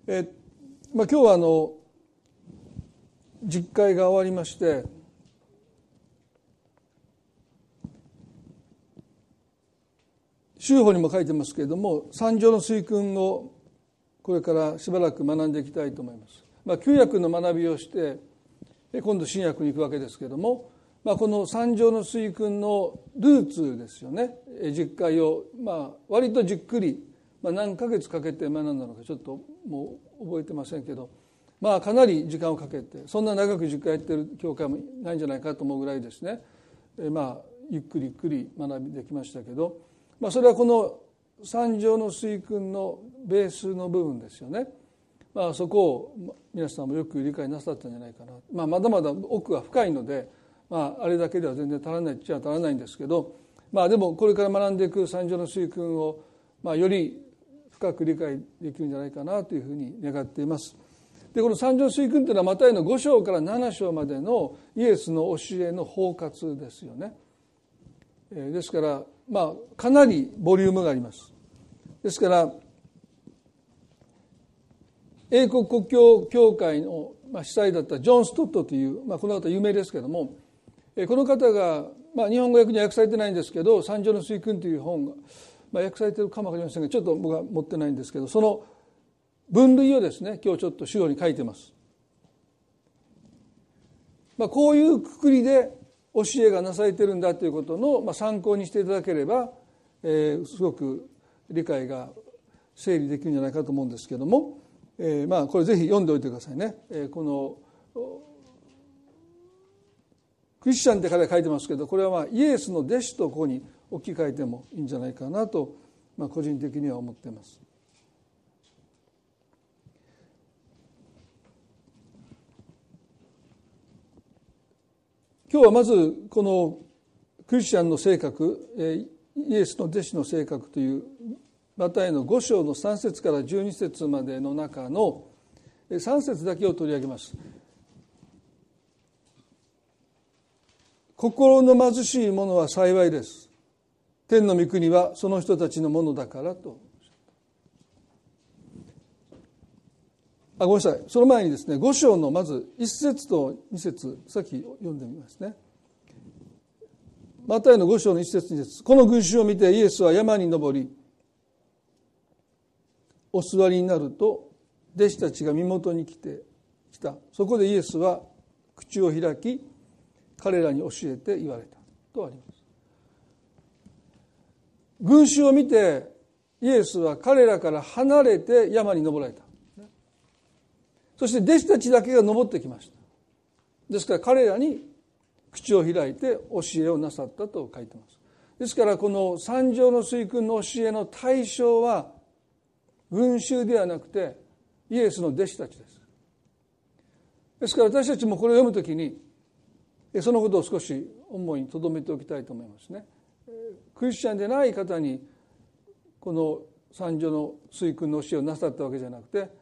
今日は実会が終わりまして、修法にも書いてますけれども、三条の水訓をこれからしばらく学んでいきたいと思います。旧約の学びをして今度新約に行くわけですけれども、この三条の水訓のルーツですよね。実会を割とじっくり、何ヶ月かけて学んだのかちょっともう覚えてませんけど、かなり時間をかけて、そんな長く実会やってる教会もないんじゃないかと思うぐらいですね、ゆっくりゆっくり学びできましたけど、それはこの三条の水訓のベースの部分ですよね。そこを皆さんもよく理解なさったんじゃないかな。まだまだ奥が深いので、あれだけでは全然足らないっちゃ足らないんですけど、でもこれから学んでいく三条の水訓を、より深く理解できるんじゃないかなというふうに願っています。で、この三条水訓というのはマタイの5章から7章までのイエスの教えの包括ですよね。ですからかなりボリュームがあります。ですから英国国教協会の司祭だったジョン・ストットという、この方有名ですけれども、この方が、日本語訳には訳されてないんですけど、三条の水訓という本が、訳されているかもわかりませんが、ちょっと僕は持ってないんですけど、その分類をですね、今日ちょっと資料に書いてます。こういうくくりで教えがなされているんだということの、参考にしていただければ、すごく理解が整理できるんじゃないかと思うんですけども、これぜひ読んでおいてくださいね。このクリスチャンって彼が書いてますけど、これはイエスの弟子とここに置き換えてもいいんじゃないかなと、個人的には思っています。今日はまずこのクリスチャンの性格、イエスの弟子の性格というマタイの5章の3節から12節までの中の3節だけを取り上げます。心の貧しい者は幸いです。天の御国はその人たちのものだからと。ごめんなさい。その前にですね、5章のまず1節と2節、さっき読んでみますね。マタイの5章の1節2節。この群衆を見てイエスは山に登り、お座りになると弟子たちが身元に来た。そこでイエスは口を開き、彼らに教えて言われたとあります。群衆を見てイエスは彼らから離れて山に登られた。そして弟子たちだけが登ってきました。ですから彼らに口を開いて教えをなさったと書いてます。ですからこの三条の水訓の教えの対象は群衆ではなくてイエスの弟子たちです。ですから私たちもこれを読むときにそのことを少し思いに留めておきたいと思いますね。クリスチャンでない方にこの三条の水訓の教えをなさったわけじゃなくて、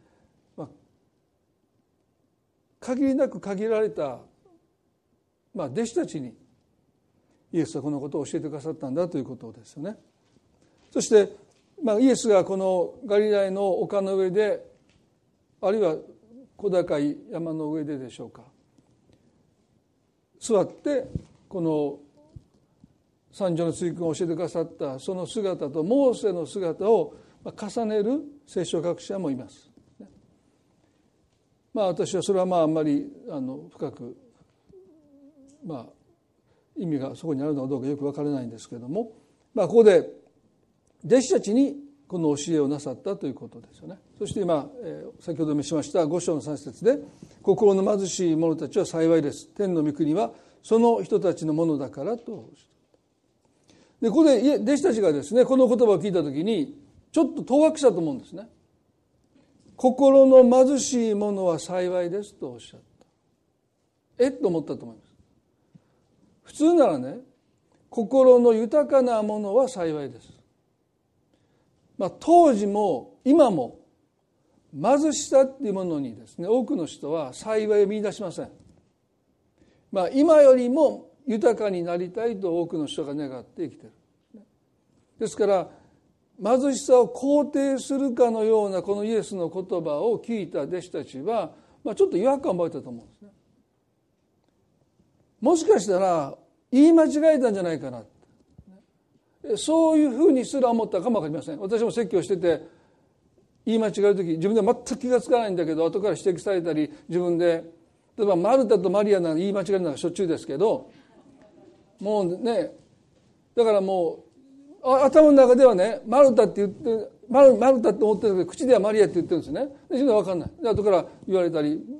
限りなく限られた、弟子たちにイエスはこのことを教えてくださったんだということですよね。そして、イエスがこのガリラヤの丘の上で、あるいは小高い山の上ででしょうか、座ってこの三条の水訓を教えてくださったその姿とモーセの姿を重ねる聖書学者もいます。私はそれはあんまり深く意味がそこにあるのかどうかよく分からないんですけれども、ここで弟子たちにこの教えをなさったということですよね。そして今先ほど召しました5章の3節で、心の貧しい者たちは幸いです。天の御国はその人たちのものだからと。でここで弟子たちがですね、この言葉を聞いたときにちょっと当惑したと思うんですね。心の貧しい者は幸いですとおっしゃった。と思ったと思います。普通ならね、心の豊かな者は幸いです。当時も今も貧しさっていうものにですね、多くの人は幸いを見出しません。今よりも豊かになりたいと多くの人が願って生きている。ですから貧しさを肯定するかのようなこのイエスの言葉を聞いた弟子たちは、ちょっと違和感を覚えたと思うんですね。もしかしたら言い間違えたんじゃないかな、そういうふうにすら思ったかもわかりません。私も説教してて言い間違えるとき、自分では全く気がつかないんだけど、後から指摘されたり、自分で例えばマルタとマリアなんか言い間違えるのがしょっちゅうですけど、もうね、だからもう頭の中ではね、マルタって言ってマルタって思ってるけど、口ではマリアって言ってるんですね。で自分では分かんない。で後から言われたり、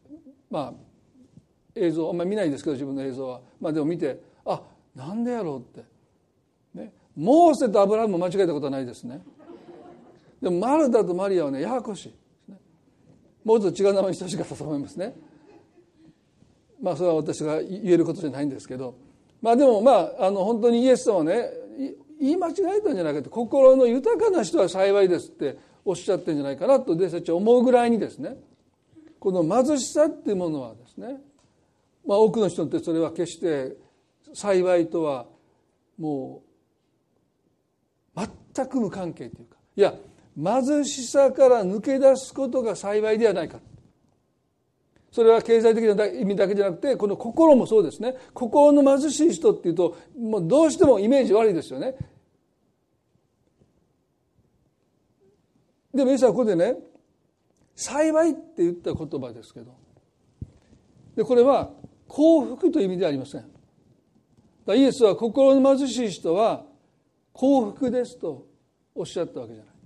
映像あんまり見ないですけど、自分の映像はでも見て、なんでやろうってね。モーセとアブラハムも間違えたことはないですね。でもマルタとマリアはね、ややこしいですね。もうちょっと違う名前にしてほしかったと思いますね。それは私が言えることじゃないんですけど、でも本当にイエス様はね、言い間違えたんじゃないかって、心の豊かな人は幸いですっておっしゃってるんじゃないかなと私たちは思うぐらいにですね、この貧しさっていうものはですね、多くの人にとってそれは決して幸いとはもう全く無関係というか、いや貧しさから抜け出すことが幸いではないか。それは経済的な意味だけじゃなくて、この心もそうですね。心の貧しい人っていうと、もうどうしてもイメージ悪いですよね。でもイエスはここでね、幸いって言った言葉ですけど、でこれは幸福という意味ではありません。イエスは心の貧しい人は幸福ですとおっしゃったわけじゃない。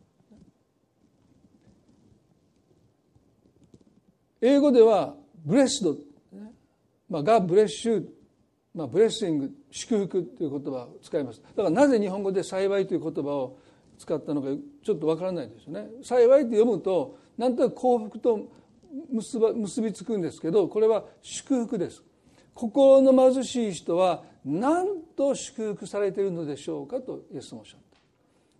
英語ではブレスド、God bless you、ブレッシング、祝福という言葉を使います。だからなぜ日本語で幸いという言葉を使ったのかちょっとわからないですよね。幸いって読むとなんとなく幸福と結びつくんですけど、これは祝福です。心の貧しい人は何と祝福されているのでしょうかとイエスもおっしゃった。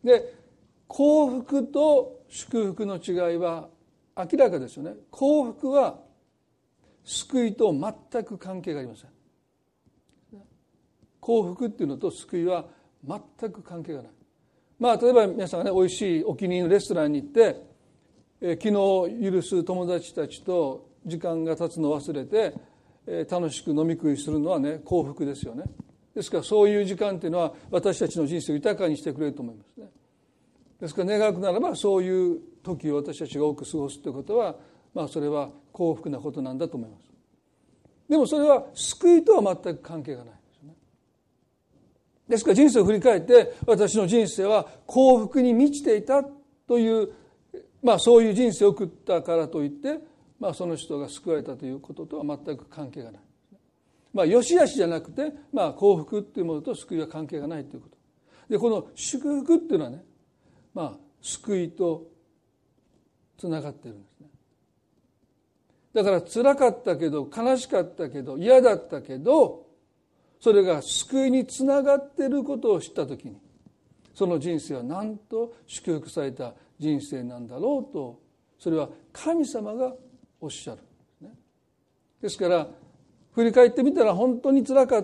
で、幸福と祝福の違いは明らかですよね。幸福は救いと全く関係がありません。幸福っていうのと救いは全く関係がない。例えば皆さんがね、美味しいお気に入りのレストランに行って、昨日許す友達たちと時間が経つのを忘れて、楽しく飲み食いするのはね、幸福ですよね。ですからそういう時間っていうのは私たちの人生を豊かにしてくれると思いますね。ですから願うならばそういう時を私たちが多く過ごすということは、それは幸福なことなんだと思います。でもそれは救いとは全く関係がないですよね。ですから人生を振り返って私の人生は幸福に満ちていたという、そういう人生を送ったからといって、その人が救われたということとは全く関係がない。良し悪しじゃなくて、幸福っていうものと救いは関係がないということ。で、この祝福っていうのはね、救いとつながっているんですね。だから辛かったけど、悲しかったけど、嫌だったけど、それが救いにつながっていることを知ったときに、その人生はなんと祝福された人生なんだろうと、それは神様がおっしゃる。ですから振り返ってみたら本当に辛かった、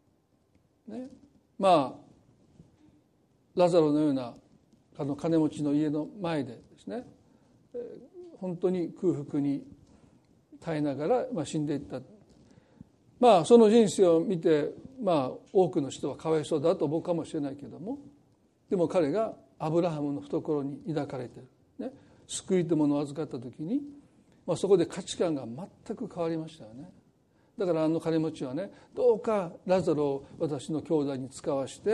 ラザロのような金持ちの家の前でですね、本当に空腹に耐えながら死んでいった。その人生を見て多くの人はかわいそうだと思うかもしれないけども、でも彼がアブラハムの懐に抱かれている、救いというものを預かった時に、そこで価値観が全く変わりましたよね。だから金持ちはね、どうかラザロを私の兄弟に使わして、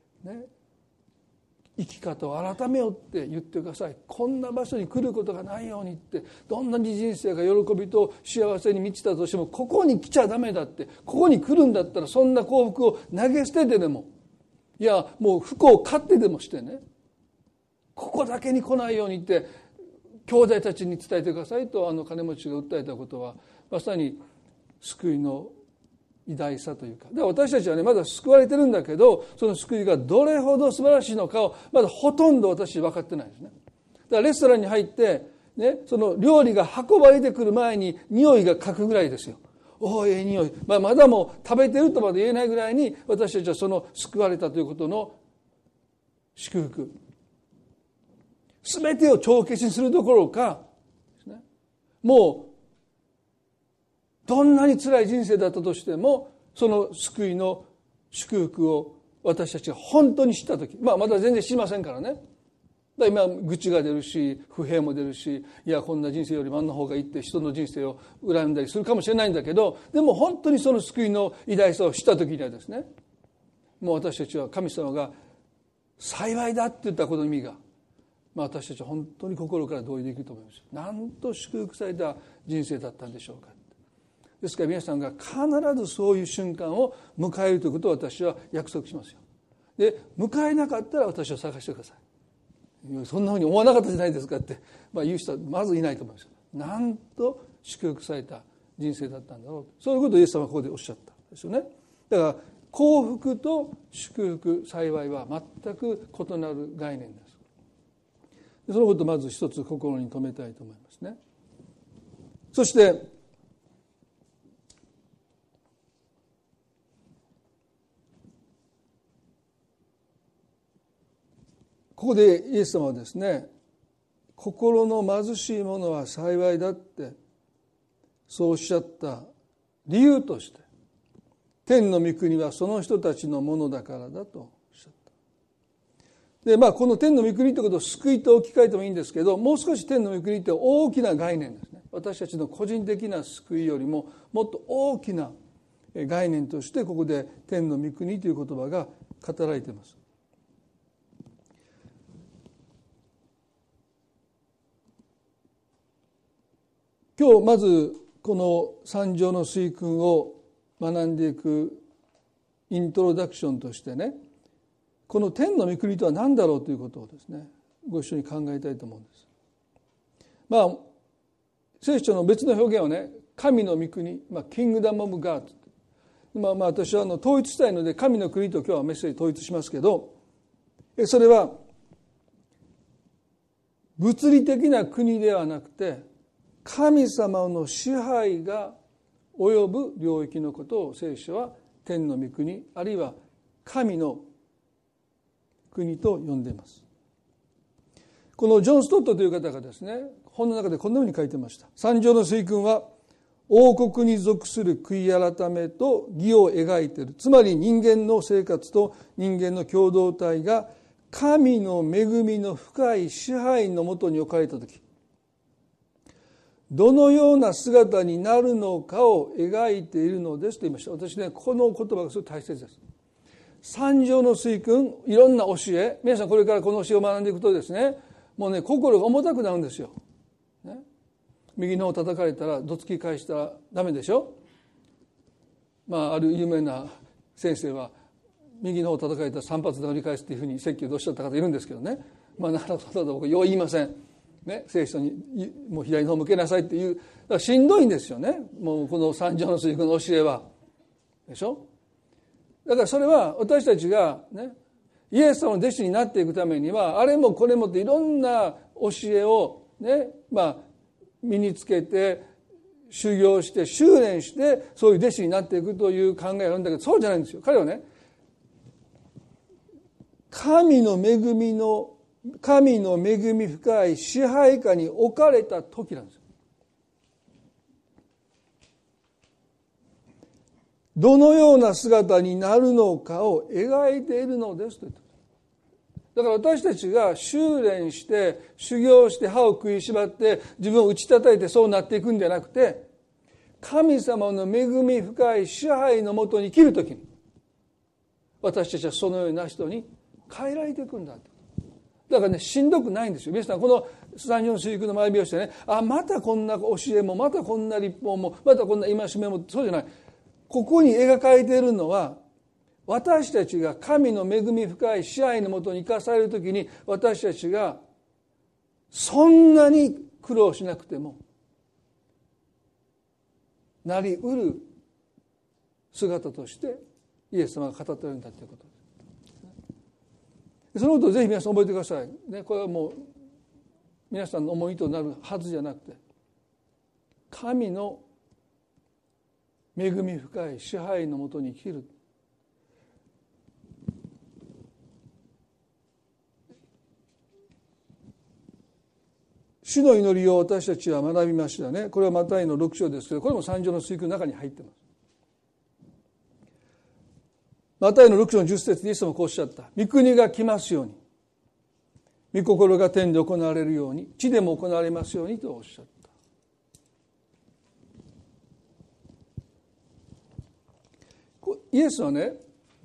生き方を改めようって言ってください。こんな場所に来ることがないようにって、どんなに人生が喜びと幸せに満ちたとしてもここに来ちゃダメだって、ここに来るんだったらそんな幸福を投げ捨ててでも、いやもう不幸を勝ってでもしてね、ここだけに来ないようにって兄弟たちに伝えてくださいと金持ちが訴えたことは、まさに救いの偉大さというか、で私たちはねまだ救われてるんだけど、その救いがどれほど素晴らしいのかをまだほとんど私分かってないですね。だからレストランに入ってその料理が運ばれてくる前に匂いが嗅ぐぐらいですよ。おお、ええ匂い、まだもう食べてるとまで言えないぐらいに私たちはその救われたということの祝福、 全てを帳消しにするどころか、もうどんなに辛い人生だったとしても、その救いの祝福を私たちが本当に知ったとき、まだ全然知りませんからね。だから今愚痴が出るし、不平も出るし、いやこんな人生よりもあんな方がいいって人の人生を恨んだりするかもしれないんだけど、でも本当にその救いの偉大さを知ったときにはですね、もう私たちは神様が幸いだって言ったことの意味が、私たちは本当に心から同意できると思います。なんと祝福された人生だったんでしょうか。ですから皆さんが必ずそういう瞬間を迎えるということを私は約束しますよ。で、迎えなかったら私を探してください。そんなふうに思わなかったじゃないですかって、言う人はまずいないと思います。なんと祝福された人生だったんだろう。そういうことをイエス様はここでおっしゃったんですよね。だから幸福と祝福、幸いは全く異なる概念です。そのことをまず一つ心に留めたいと思いますね。そしてここでイエス様はですね、心の貧しい者は幸いだってそうおっしゃった理由として、天の御国はその人たちのものだからだとおっしゃった。で、この天の御国ということを救いと置き換えてもいいんですけど、もう少し天の御国って大きな概念ですね。私たちの個人的な救いよりももっと大きな概念としてここで天の御国という言葉が語られています。今日まずこの三条の水訓を学んでいくイントロダクションとしてね、この天の御国とは何だろうということをですね、ご一緒に考えたいと思うんです。聖書の別の表現はね、神の御国、キングダム・オブ・ガード。私は統一したいので神の国と今日はメッセージ統一しますけど、それは物理的な国ではなくて神様の支配が及ぶ領域のことを聖書は天の御国、あるいは神の国と呼んでいます。このジョン・ストットという方がですね、本の中でこんなふうに書いてました。三条の水訓は王国に属する悔い改めと義を描いている。つまり人間の生活と人間の共同体が神の恵みの深い支配のもとに置かれたとき、どのような姿になるのかを描いているのですと言いました。私ね、この言葉がすごい大切です。三条の水訓、いろんな教え、皆さんこれからこの教えを学んでいくとですね、もうね、心が重たくなるんですよ。ね、右の方を叩かれたらどつき返したらダメでしょ。ある有名な先生は右の方を叩かれたら3発殴り返すっていうふうに説教でおっしゃった方いるんですけどね、なかなかそうだと僕はよう言いません。ね、聖書にもう左の方向けなさいっていう、だからしんどいんですよね。もうこの三条の水訓の教えはでしょ。だからそれは私たちがね、イエス様の弟子になっていくためにはあれもこれもっていろんな教えをね、身につけて修行して修練してそういう弟子になっていくという考えがあるんだけど、そうじゃないんですよ。彼はね、神の恵み深い支配下に置かれた時なんですよ。どのような姿になるのかを描いているのですと言って、だから私たちが修練して修行して歯を食いしばって自分を打ち叩いてそうなっていくんじゃなくて、神様の恵み深い支配のもとに生きるときに私たちはそのような人に変えられていくんだと。だからね、しんどくないんですよ。皆さんこの三条の水訓の学びをしてね、またこんな教えもまたこんな律法もまたこんな戒めも、そうじゃない。ここに描かれているのは、私たちが神の恵み深い支配のもとに生かされるときに、私たちがそんなに苦労しなくてもなりうる姿としてイエス様が語っているんだということです。そのことをぜひ皆さん覚えてください。ね、これはもう皆さんの思いとなるはずじゃなくて、神の恵み深い支配のもとに生きる。 主の祈りを私たちは学びましたね。これはマタイの6章ですけど、これも三条の水訓の中に入っています。マタイの6章の10節でイエス様こうおっしゃった。御国が来ますように、御心が天で行われるように、地でも行われますようにとおっしゃった。イエスはね、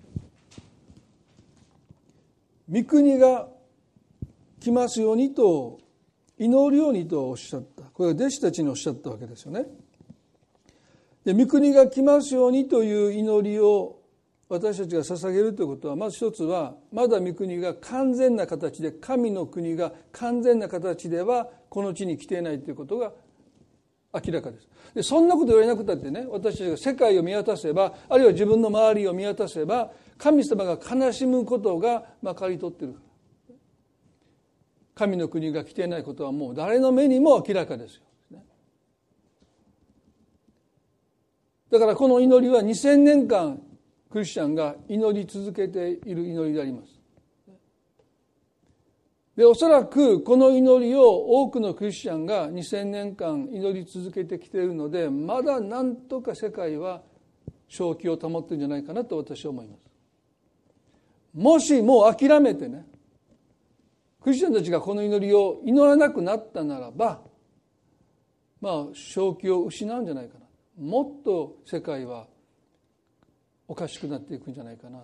御国が来ますようにと祈るようにとおっしゃった。これは弟子たちにおっしゃったわけですよね。で、御国が来ますようにという祈りを私たちが捧げるということは、まず一つは、まだ御国が完全な形で、神の国が完全な形ではこの地に来ていないということが明らかです。で、そんなこと言われなくたってね、私たちが世界を見渡せば、あるいは自分の周りを見渡せば、神様が悲しむことがまかり取っている。神の国が来ていないことはもう誰の目にも明らかですよ。だからこの祈りは2000年間クリスチャンが祈り続けている祈りであります。で、おそらくこの祈りを多くのクリスチャンが2000年間祈り続けてきているので、まだなんとか世界は正気を保っているんじゃないかなと私は思います。もしもう諦めてね、クリスチャンたちがこの祈りを祈らなくなったならば、正気を失うんじゃないかな。もっと世界はおかしくなっていくんじゃないかな。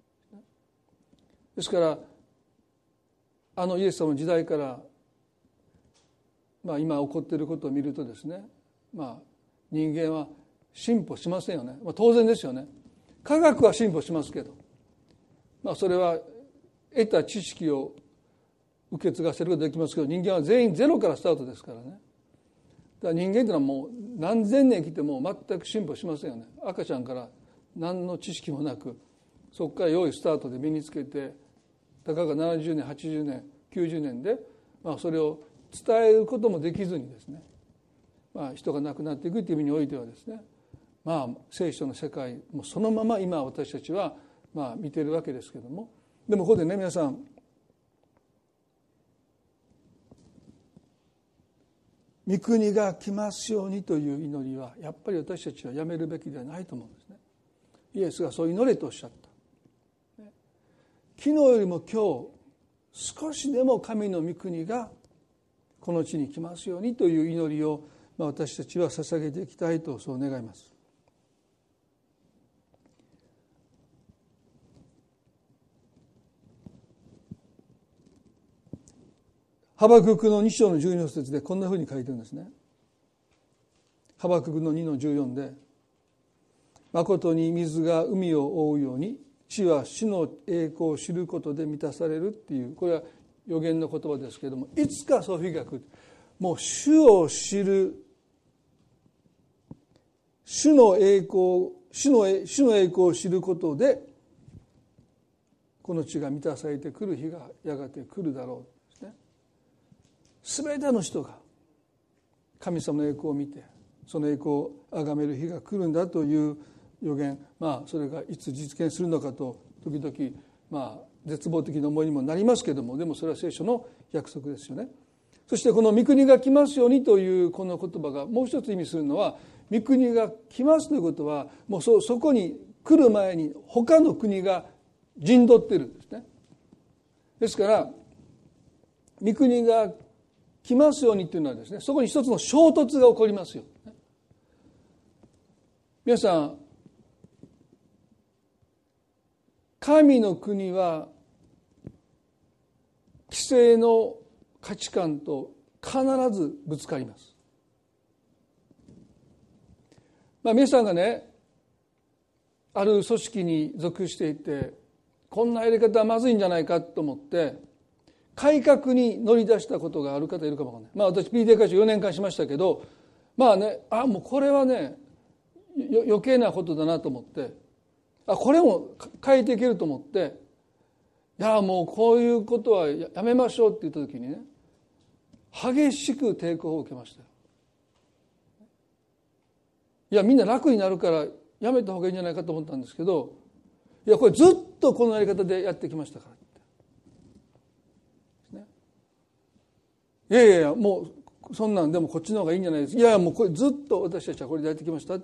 ですからイエス様の時代から、今起こっていることを見るとですね、人間は進歩しませんよね。当然ですよね。科学は進歩しますけど、それは得た知識を受け継がせることができますけど、人間は全員ゼロからスタートですからね。だから人間というのはもう何千年生きても全く進歩しませんよね。赤ちゃんから何の知識もなく、そこから良いスタートで身につけて、たかが70年80年90年で、それを伝えることもできずにですね、人が亡くなっていくという意味においてはですね、聖書の世界もそのまま今私たちは見ているわけですけども、でもここでね、皆さん、御国が来ますようにという祈りはやっぱり私たちはやめるべきではないと思うんですね。イエスがそう祈れとおっしゃった。昨日よりも今日少しでも神の御国がこの地に来ますようにという祈りを私たちは捧げていきたいとそう願います。ハバククの2章の14節でこんなふうに書いてるんですね。ハバククの2の14で、誠に水が海を覆うように地は主の栄光を知ることで満たされるっていう、これは預言の言葉ですけれども、いつかそういう日が来る。もう主を知る、主の栄光を知ることでこの地が満たされてくる日がやがて来るだろう。すべての人が神様の栄光を見て、その栄光を崇める日が来るんだという予言、それがいつ実現するのかと時々絶望的な思いにもなりますけれども、でもそれは聖書の約束ですよね。そしてこの御国が来ますようにというこの言葉がもう一つ意味するのは、御国が来ますということはもうそこに来る前に他の国が陣取っているんですね。ですから御国が来ますようにというのはですね、そこに一つの衝突が起こりますよ。皆さん、神の国は既成の価値観と必ずぶつかります。皆さんがね、ある組織に属していて、こんなやり方はまずいんじゃないかと思って改革に乗り出したことがある方いるかもわからない。私 PTA 会長4年間しましたけど、もうこれはね余計なことだなと思って、これも変えていけると思って、もうこういうことはやめましょうって言った時にね、激しく抵抗を受けましたよ。みんな楽になるからやめた方がいいんじゃないかと思ったんですけど、これずっとこのやり方でやってきましたからって、もうそんなんでもこっちの方がいいんじゃないですか、いやもうこれずっと私たちはこれでやってきましたって、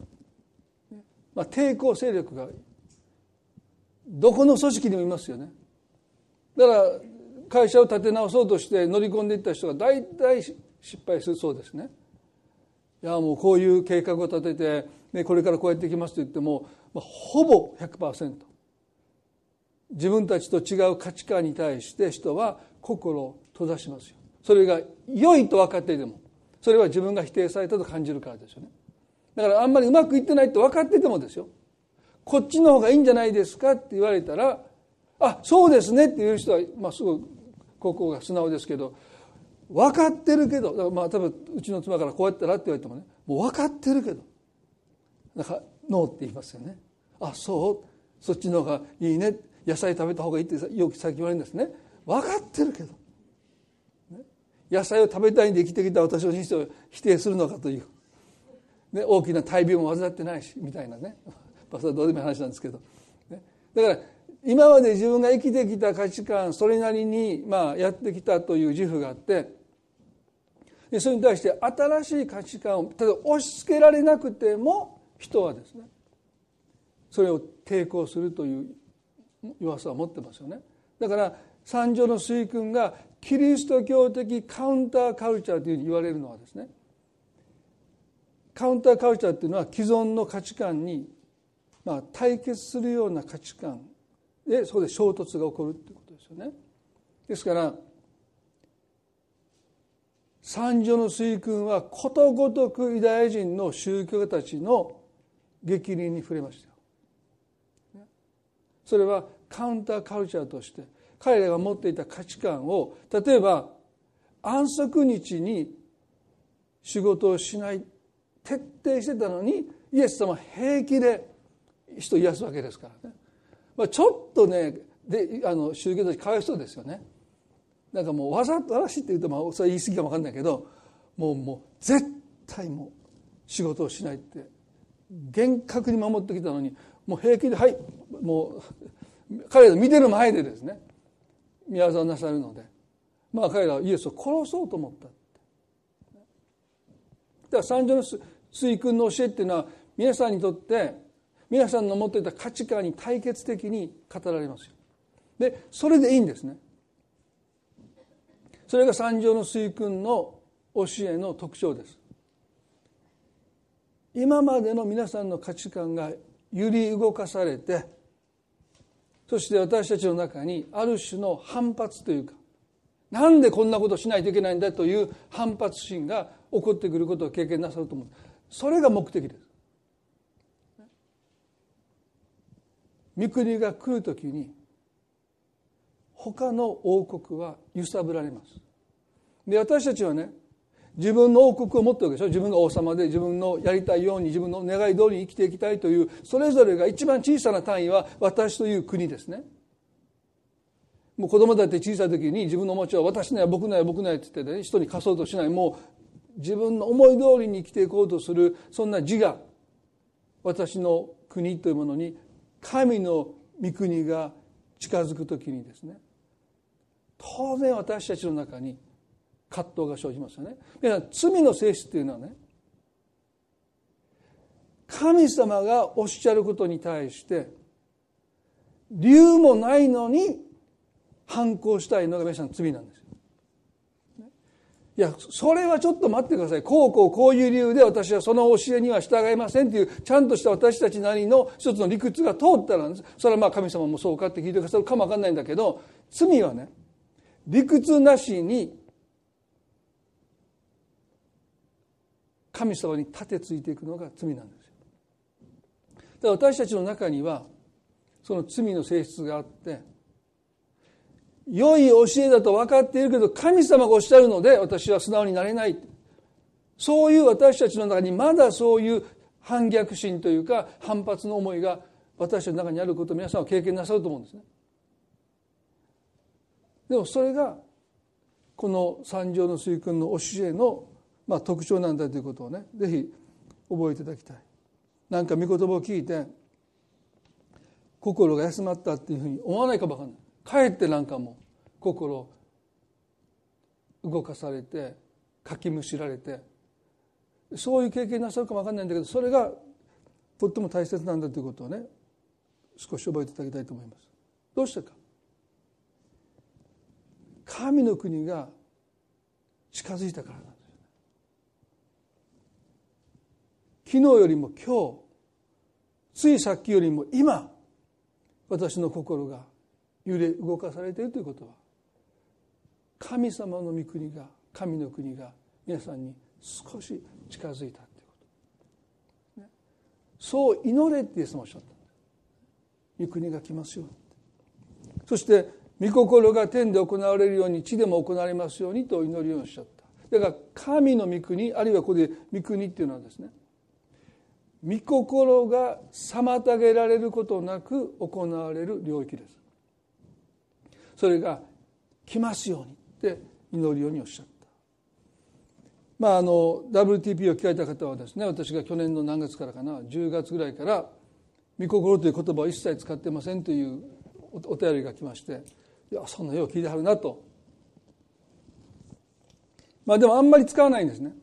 抵抗勢力がどこの組織にもいますよね。だから会社を立て直そうとして乗り込んでいった人が大体失敗するそうですね。いやもうこういう計画を立てて、これからこうやっていきますと言っても、ほぼ 100% 自分たちと違う価値観に対して人は心を閉ざしますよ。それが良いと分かっていても、それは自分が否定されたと感じるからですよね。だからあんまりうまくいってないと分かっててもですよ、こっちの方がいいんじゃないですかって言われたら、あ、そうですねっていう人は、すごい心が素直ですけど、分かってるけど、例えばうちの妻からこうやったらって言われてもね、もう分かってるけど、だからノーって言いますよね。あ、そう、そっちの方がいいね、野菜食べた方がいいってよく最近言われるんですね。分かってるけど、野菜を食べたいんで生きてきた私の人生を否定するのかという、大きな大病も患ってないしみたいなね、それはどうでもいい話なんですけど、だから今まで自分が生きてきた価値観、それなりにやってきたという自負があって、それに対して新しい価値観を例えば押し付けられなくても、人はですねそれを抵抗するという弱さを持ってますよね。だから三条の水訓がキリスト教的カウンターカルチャーというふうに言われるのはですね、カウンターカルチャーというのは既存の価値観に対決するような価値観で、そこで衝突が起こるということですよね。ですから三条の水訓はことごとくユダヤ人の宗教家たちの逆鱗に触れましたよ。それはカウンターカルチャーとして彼らが持っていた価値観を、例えば安息日に仕事をしない徹底してたのに、イエス様は平気で人を癒すわけですからね。ちょっとねで宗教たちかわいそうですよね。なんかもうわざとらしいって言うとそれは言い過ぎかもわかんないけど、もう絶対もう仕事をしないって厳格に守ってきたのに、もう平気ではいもう彼ら見てる前でですね宮業をなされるので、彼らはイエスを殺そうと思った。だから三条の水訓の教えっていうのは皆さんにとって皆さんの持っていた価値観に対決的に語られますよ。でそれでいいんですね。それが三条の水訓の教えの特徴です。今までの皆さんの価値観が揺り動かされて、そして私たちの中にある種の反発というか、なんでこんなことしないといけないんだという反発心が起こってくることを経験なさると思う。それが目的です。御国が来るときに他の王国は揺さぶられます。で私たちはね、自分の王国を持ってるわけでしょ。自分が王様で自分のやりたいように自分の願い通りに生きていきたいという、それぞれが一番小さな単位は私という国ですね。もう子供だって小さい時に自分のおもちゃは私のや僕のや僕のやって言ってね、人に貸そうとしない、もう自分の思い通りに生きていこうとする、そんな自我、私の国というものに神の御国が近づくときにですね、当然私たちの中に葛藤が生じますよね。罪の性質というのはね、神様がおっしゃることに対して理由もないのに反抗したいのが皆さん罪なんですよ。いやそれはちょっと待ってください、こういう理由で私はその教えには従いませんというちゃんとした私たちなりの一つの理屈が通ったら、それは神様もそうかって聞いてくださるかもわかんないんだけど、罪はね理屈なしに神様に立てついていくのが罪なんですよ。だから私たちの中にはその罪の性質があって、良い教えだと分かっているけど神様がおっしゃるので私は素直になれない、そういう私たちの中にまだそういう反逆心というか反発の思いが私たちの中にあることを皆さんは経験なさると思うんですね。でもそれがこの三条の水訓の教えの特徴なんだということをね、ぜひ覚えていただきたい。なんか御言葉を聞いて心が休まったっていうふうに思わないかもわかんない。かえってなんかもう心動かされてかきむしられて、そういう経験なさるかも分かんないんだけど、それがとっても大切なんだということをね、少し覚えていただきたいと思います。どうしてか。神の国が近づいたからなんですよね。昨日よりも今日、ついさっきよりも今、私の心が揺れ動かされているということは、神様の御国が、神の国が皆さんに少し近づいたということ、ね、そう祈れってイエス様おっしゃったんです。御国が来ますように。そして御心が天で行われるように地でも行われますようにと祈るようにおっしゃった。だから神の御国、あるいはここで御国っていうのはですね、御心が妨げられることなく行われる領域です。それが来ますようにって祈るようにおっしゃった。WTP を聞かれた方はですね、私が去年の何月からかな、10月ぐらいから御心という言葉を一切使ってませんというお便りが来まして、いやそんなよう聞いてはるなと。でもあんまり使わないんですね。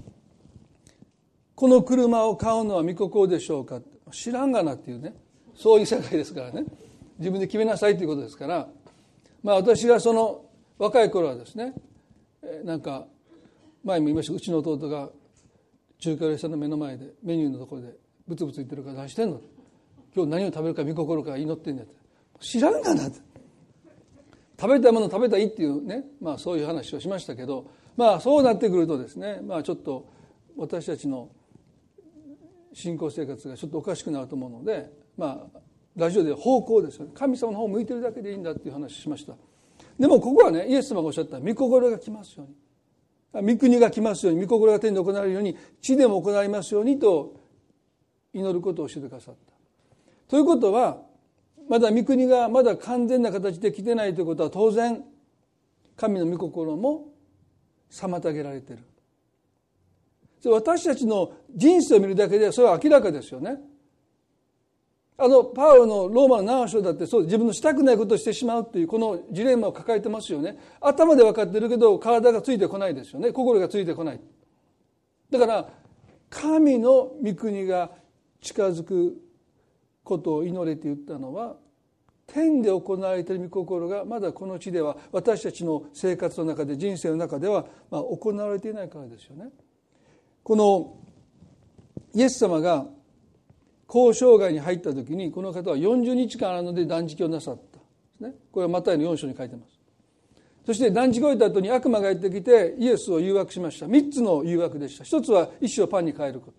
この車を買うのは御心でしょうか、知らんがなっていうね、そういう世界ですからね、自分で決めなさいということですから、私がその若い頃はですね、なんか前も言いました、うちの弟が中華料理屋さんの目の前でメニューのところでブツブツ言ってるから何してんの、今日何を食べるか御心から祈ってんだって、知らんがなって、食べたいもの食べたいっていうね、そういう話をしましたけど、そうなってくるとですね、ちょっと私たちの信仰生活がちょっとおかしくなると思うので、ラジオで方向ですよね、神様の方を向いてるだけでいいんだっていう話しました。でもここはね、イエス様がおっしゃった御心が来ますように、御国が来ますように、御心が天で行われるように地でも行われますようにと祈ることを教えてくださった。ということは、まだ御国がまだ完全な形で来てないということは、当然神の御心も妨げられている。私たちの人生を見るだけでそれは明らかですよね。パウロのローマの7章だってそう、自分のしたくないことをしてしまうというこのジレンマを抱えてますよね。頭で分かってるけど体がついてこないですよね。心がついてこない。だから神の御国が近づくことを祈れて言ったのは、天で行われている御心がまだこの地では、私たちの生活の中で、人生の中では行われていないからですよね。このイエス様が交渉外に入った時に、この方は40日間あるので断食をなさったですね。これはマタイの4章に書いてます。そして断食を終えた後に悪魔がやってきてイエスを誘惑しました。3つの誘惑でした。1つは石をパンに変えること。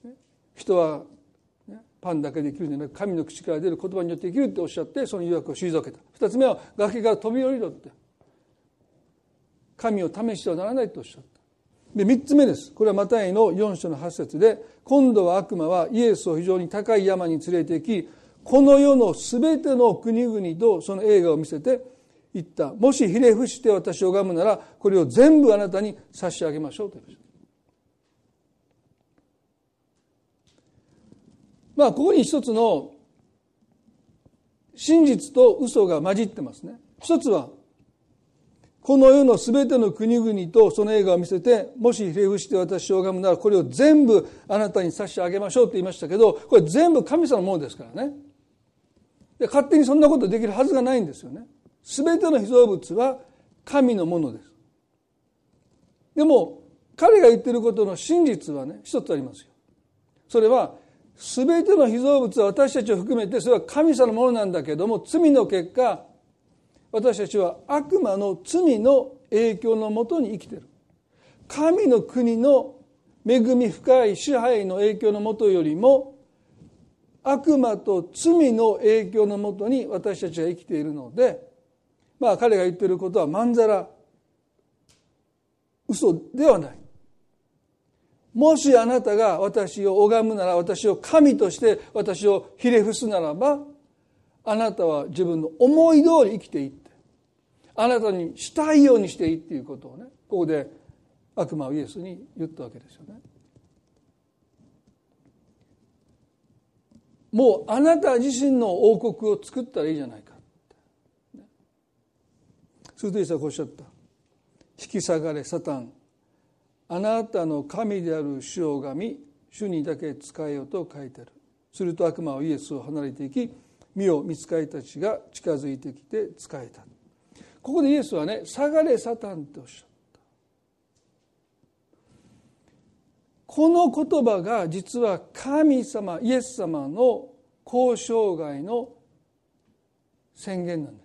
人はパンだけで生きるんじゃなく、神の口から出る言葉によって生きるっておっしゃって、その誘惑を退けた。2つ目は崖から飛び降りろって、神を試してはならないとおっしゃった。で3つ目です。これはマタイの4章の8節で、今度は悪魔はイエスを非常に高い山に連れて行き、この世のすべての国々とその映画を見せて言った。もしひれ伏して私を拝むなら、これを全部あなたに差し上げましょうと言いました。ここに一つの真実と嘘が混じってますね。一つは、この世のすべての国々とその映画を見せて、もしひれ伏して私を拝むなら、これを全部あなたに差し上げましょうと言いましたけど、これ全部神様のものですからね。で、勝手にそんなことできるはずがないんですよね。すべての被造物は神のものです。でも彼が言っていることの真実はね、一つありますよ。それは、すべての被造物は私たちを含めてそれは神様のものなんだけども、罪の結果私たちは悪魔の罪の影響のもとに生きている。神の国の恵み深い支配の影響のもとよりも、悪魔と罪の影響のもとに私たちは生きているので、彼が言っていることはまんざら嘘ではない。もしあなたが私を拝むなら、私を神として私をひれ伏すならば、あなたは自分の思い通り生きていって、あなたにしたいようにしていいっていうことをね、ここで悪魔はイエスに言ったわけですよね。もうあなた自身の王国を作ったらいいじゃないかって。するとイエスはこうおっしゃった。 引き下がれサタン、あなたの神である主を拝み、主にだけ仕えよと書いてある。すると悪魔はイエスを離れていき、見よ御使いたちが近づいてきて仕えた。ここでイエスはね、下がれサタンっておっしゃった。この言葉が実は神様、イエス様の交渉外の宣言なんです。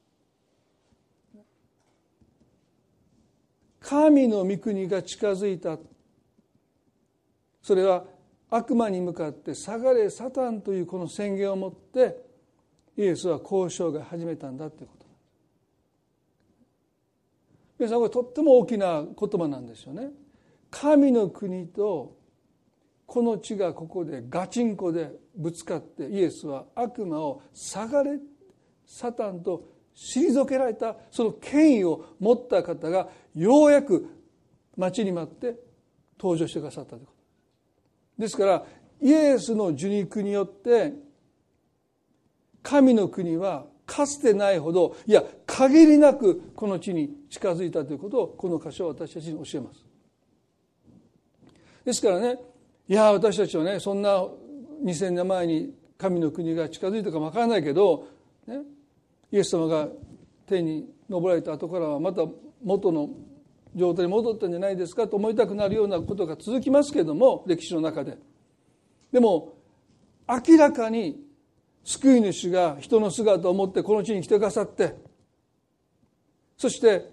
神の御国が近づいた。それは悪魔に向かって下がれサタンというこの宣言をもってイエスは交渉が始めたんだということ。皆さん、これとっても大きな言葉なんですよね。神の国とこの地がここでガチンコでぶつかってイエスは悪魔を下がれサタンと退けられた、その権威を持った方がようやく待ちに待って登場してくださったということですから、イエスの受肉によって神の国はかつてないほど、いや限りなくこの地に近づいたということをこの箇所は私たちに教えます。ですからね、いや私たちはね、そんな2000年前に神の国が近づいたかもわからないけど、ね、イエス様が天に昇られた後からはまた元の状態に戻ったんじゃないですかと思いたくなるようなことが続きますけれども、歴史の中で。でも明らかに救い主が人の姿を持ってこの地に来てくださって、そして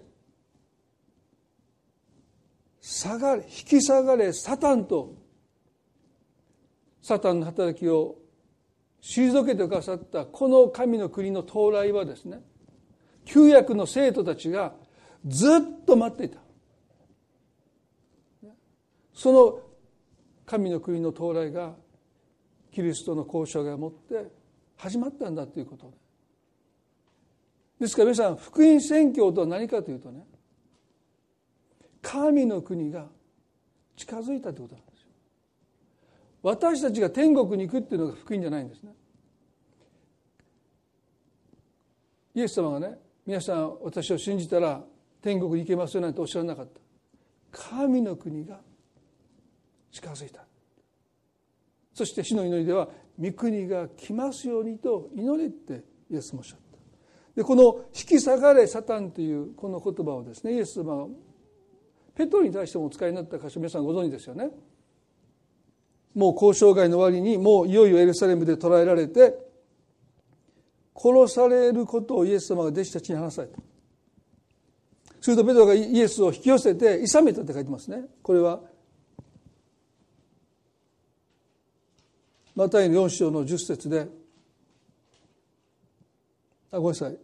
下がれ、引き下がれサタンと、サタンの働きを退けてくださったこの神の国の到来はですね、旧約の生徒たちがずっと待っていた。その神の国の到来がキリストの交渉がもって始まったんだということですから、皆さん、福音宣教とは何かというとね、神の国が近づいたということなんですよ。私たちが天国に行くっていうのが福音じゃないんですね。イエス様がね、皆さん私を信じたら天国に行けますよなんておっしゃらなかった。神の国が近づいた。そして主の祈りでは御国が来ますようにと祈れってイエスもおっしゃった。でこの引き下がれサタンというこの言葉をですね、イエス様がペトロに対してもお使いになった箇所、皆さんご存知ですよね。もう交渉外の終わりに、もういよいよエルサレムで捕らえられて殺されることをイエス様が弟子たちに話された。するとペトロがイエスを引き寄せて諌めたって書いてますね。これはマタイの4章の10節で、ごめんなさい、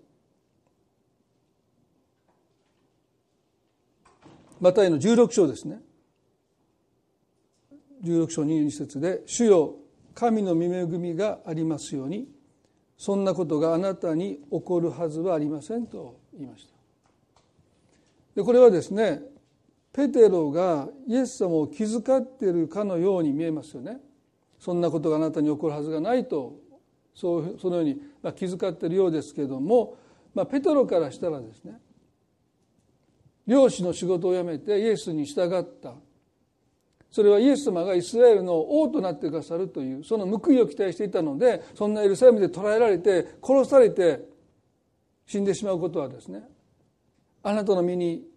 マタイの16章ですね。16章22節で、主よ神の御恵みがありますように、そんなことがあなたに起こるはずはありませんと言いました。でこれはですね、ペテロがイエス様を気遣っているかのように見えますよね。そんなことがあなたに起こるはずがないと、そのように気遣っているようですけれども、ペテロからしたらですね、漁師の仕事を辞めてイエスに従った。それはイエス様がイスラエルの王となってくださるというその報いを期待していたので、そんなエルサレムで捕らえられて殺されて死んでしまうことはですね、あなたの身に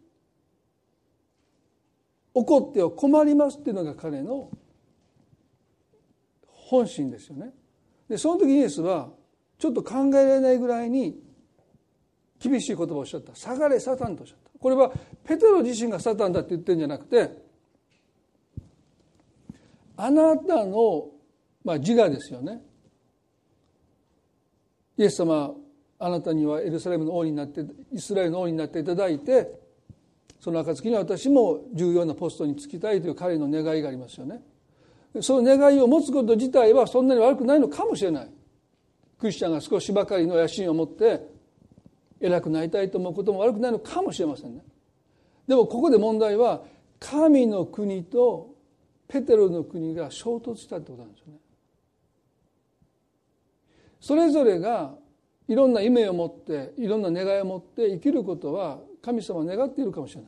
起こっては困りますっていうのが彼の本心ですよね。でその時イエスはちょっと考えられないぐらいに厳しい言葉をおっしゃった。下がれサタンとおっしゃった。これはペテロ自身がサタンだって言ってるんじゃなくて、あなたの、自我ですよね。イエス様、あなたにはエルサレムの王になって、イスラエルの王になっていただいて、その暁には私も重要なポストに就きたいという彼の願いがありますよね。その願いを持つこと自体はそんなに悪くないのかもしれない。クリスチャンが少しばかりの野心を持って偉くなりたいと思うことも悪くないのかもしれませんね。でもここで問題は、神の国とペテロの国が衝突したってことなんですよね。それぞれがいろんな夢を持って、いろんな願いを持って生きることは神様は願っているかもしれない。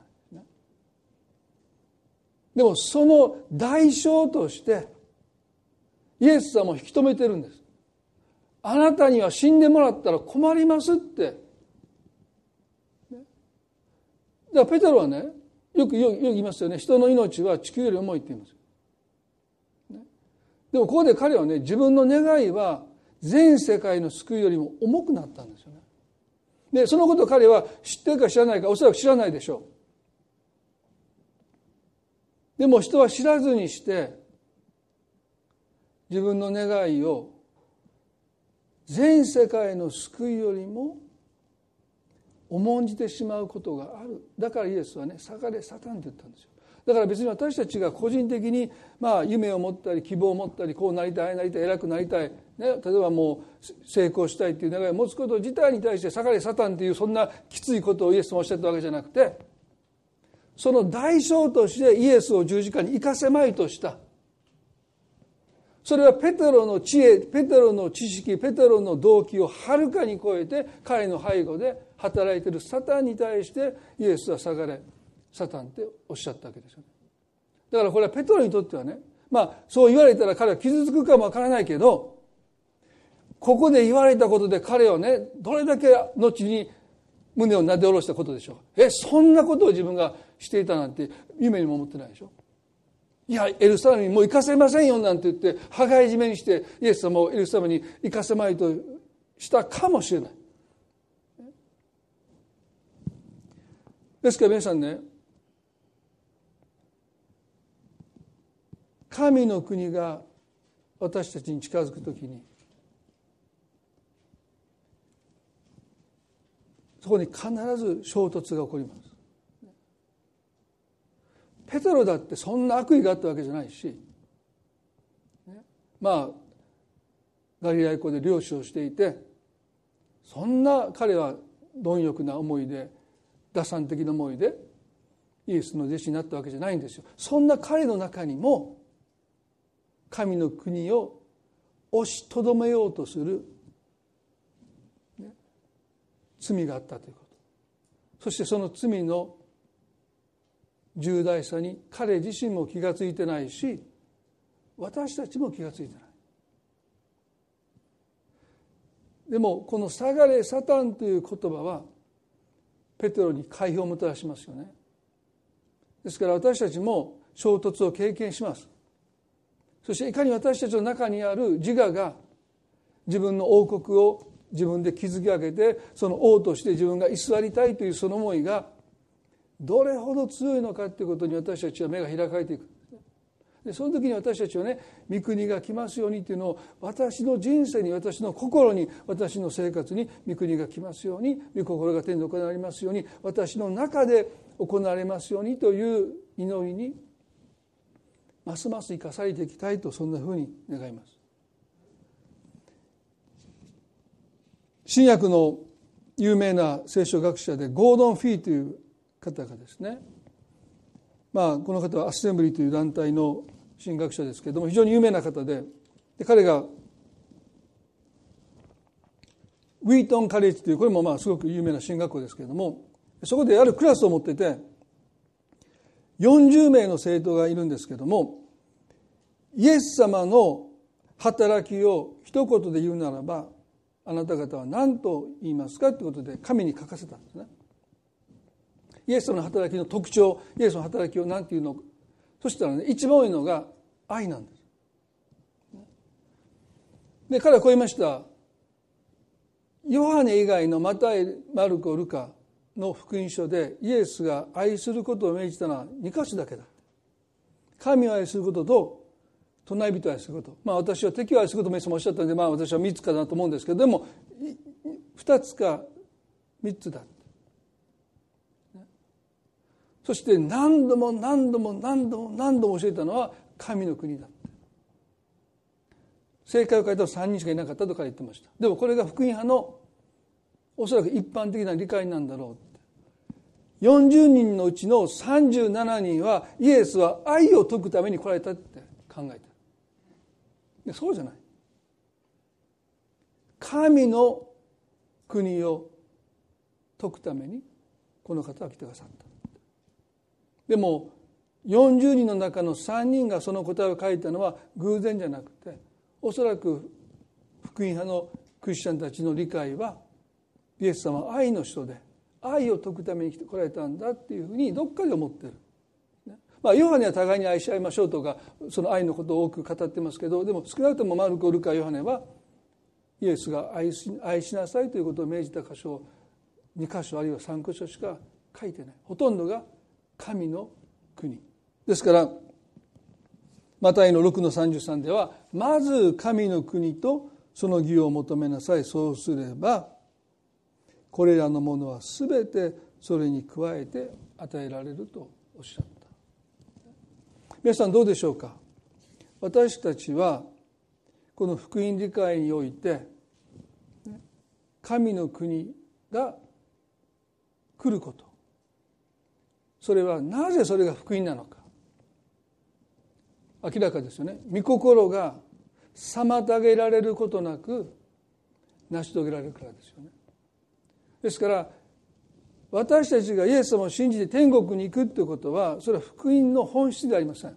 でもその代償としてイエス様を引き止めてるんです。あなたには死んでもらったら困りますって。だからペテロはね、よく言いますよね。人の命は地球より重いって言います。でもここで彼はね、自分の願いは全世界の救いよりも重くなったんですよね。で、そのことを彼は知ってるか知らないか、おそらく知らないでしょう。でも人は知らずにして自分の願いを全世界の救いよりも重んじてしまうことがある。だからイエスはね、下がれサタンって言ったんですよ。だから別に私たちが個人的に夢を持ったり希望を持ったり、こうなりたい、なりたい、偉くなりたい、ね、例えばもう成功したいっていう願いを持つこと自体に対して下がれサタンっていうそんなきついことをイエスもおっしゃったわけじゃなくて、その代償としてイエスを十字架に生かせまいとした。それはペテロの知恵、ペテロの知識、ペテロの動機をはるかに超えて彼の背後で働いているサタンに対してイエスは下がれサタンっておっしゃったわけですよね。だからこれはペテロにとってはね、そう言われたら彼は傷つくかもわからないけど、ここで言われたことで彼をね、どれだけ後に胸をなで下ろしたことでしょう。そんなことを自分がしていたなんて夢にも思ってないでしょ。いや、エルサレムにもう行かせませんよなんて言って羽交い締めにしてイエス様をエルサレムに行かせまいとしたかもしれない。ですから皆さんね、神の国が私たちに近づくときにそこに必ず衝突が起こります。ペテロだってそんな悪意があったわけじゃないし、ガリラヤ湖で漁師をしていて、そんな彼は貪欲な思いで打算的な思いでイエスの弟子になったわけじゃないんですよ。そんな彼の中にも神の国を押しとどめようとする罪があったということ。そしてその罪の重大さに彼自身も気がついてないし、私たちも気がついてない。でもこの下がれサタンという言葉はペテロに解放をもたらしますよね。ですから私たちも衝突を経験します。そしていかに私たちの中にある自我が自分の王国を自分で築き上げて、その王として自分が居座りたいというその思いがどれほど強いのかということに私たちは目が開かれていく。でその時に私たちはね、御国が来ますようにというのを、私の人生に、私の心に、私の生活に御国が来ますように、御心が天で行われますように、私の中で行われますようにという祈りにますます生かされていきたいと、そんなふうに願います。新約の有名な聖書学者でゴードン・フィーという方がですね、この方はアッセンブリーという団体の神学者ですけれども、非常に有名な方で、彼がウィートンカレッジという、これもすごく有名な神学校ですけれども、そこであるクラスを持っていて40名の生徒がいるんですけれども、イエス様の働きを一言で言うならば、あなた方は何と言いますかということで紙に書かせたんですね。イエス様の働きの特徴、イエスの働きを何て言うのか。そしたらね、一番多いのが愛なんです。で、彼はこう言いました。ヨハネ以外のマタイ、マルコ、ルカの福音書でイエスが愛することを命じたのは2箇所だけだ。神を愛することと隣人を愛すること。私は敵を愛することもイエスもおっしゃったので、私は3つかなと思うんですけど、でも2つか3つだ。そして何度も教えたのは神の国だ。正解を書いたのは3人しかいなかったと彼は言ってました。でもこれが福音派のおそらく一般的な理解なんだろう。40人のうちの37人はイエスは愛を説くために来られたって考えた。そうじゃない。神の国を説くために来この方は来てくださった。でも40人の中の3人がその答えを書いたのは偶然じゃなくて、おそらく福音派のクリスチャンたちの理解は、イエス様は愛の人で愛を説くために来られたんだっていうふうにどっかで思ってる。ヨハネは互いに愛し合いましょうとか、その愛のことを多く語ってますけど、でも少なくともマルコ、ルカ、ヨハネはイエスが愛しなさいということを命じた箇所を2箇所あるいは3箇所しか書いてない。ほとんどが神の国ですから、マタイの 6-33 では、まず神の国とその義を求めなさい。そうすればこれらのものはすべてそれに加えて与えられるとおっしゃった。皆さんどうでしょうか。私たちはこの福音理解において、神の国が来ること、それはなぜそれが福音なのか明らかですよね。御心が妨げられることなく成し遂げられるからですよね。ですから私たちがイエス様を信じて天国に行くということは、それは福音の本質ではありません。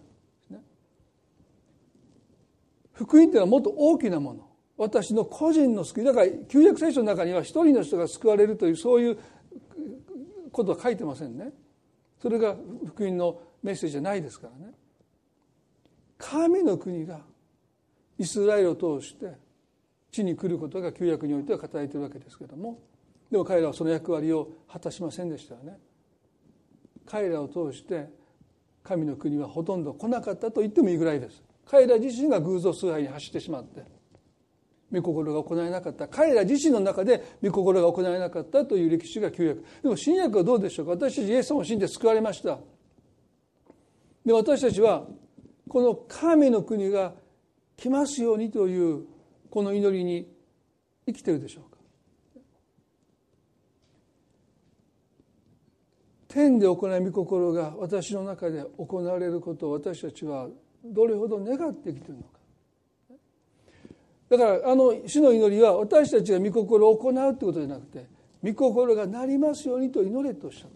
福音というのはもっと大きなもの、私の個人の救いだから、旧約聖書の中には一人の人が救われるというそういうことは書いてませんね。それが福音のメッセージじゃないですからね。神の国がイスラエルを通して地に来ることが旧約においては語られているわけですけれども、でも彼らはその役割を果たしませんでしたよね。彼らを通して神の国はほとんど来なかったと言ってもいいぐらいです。彼ら自身が偶像崇拝に走ってしまって御心が行えなかった、彼ら自身の中で御心が行えなかったという歴史が旧約。でも新約はどうでしょうか。私たちイエス様を信じて救われました。で私たちはこの神の国が来ますようにというこの祈りに生きているでしょうか。天で行い御心が私の中で行われることを私たちはどれほど願って生きているのか。だから主の祈りは私たちが御心を行うということじゃなくて、御心がなりますようにと祈れとおっしゃった。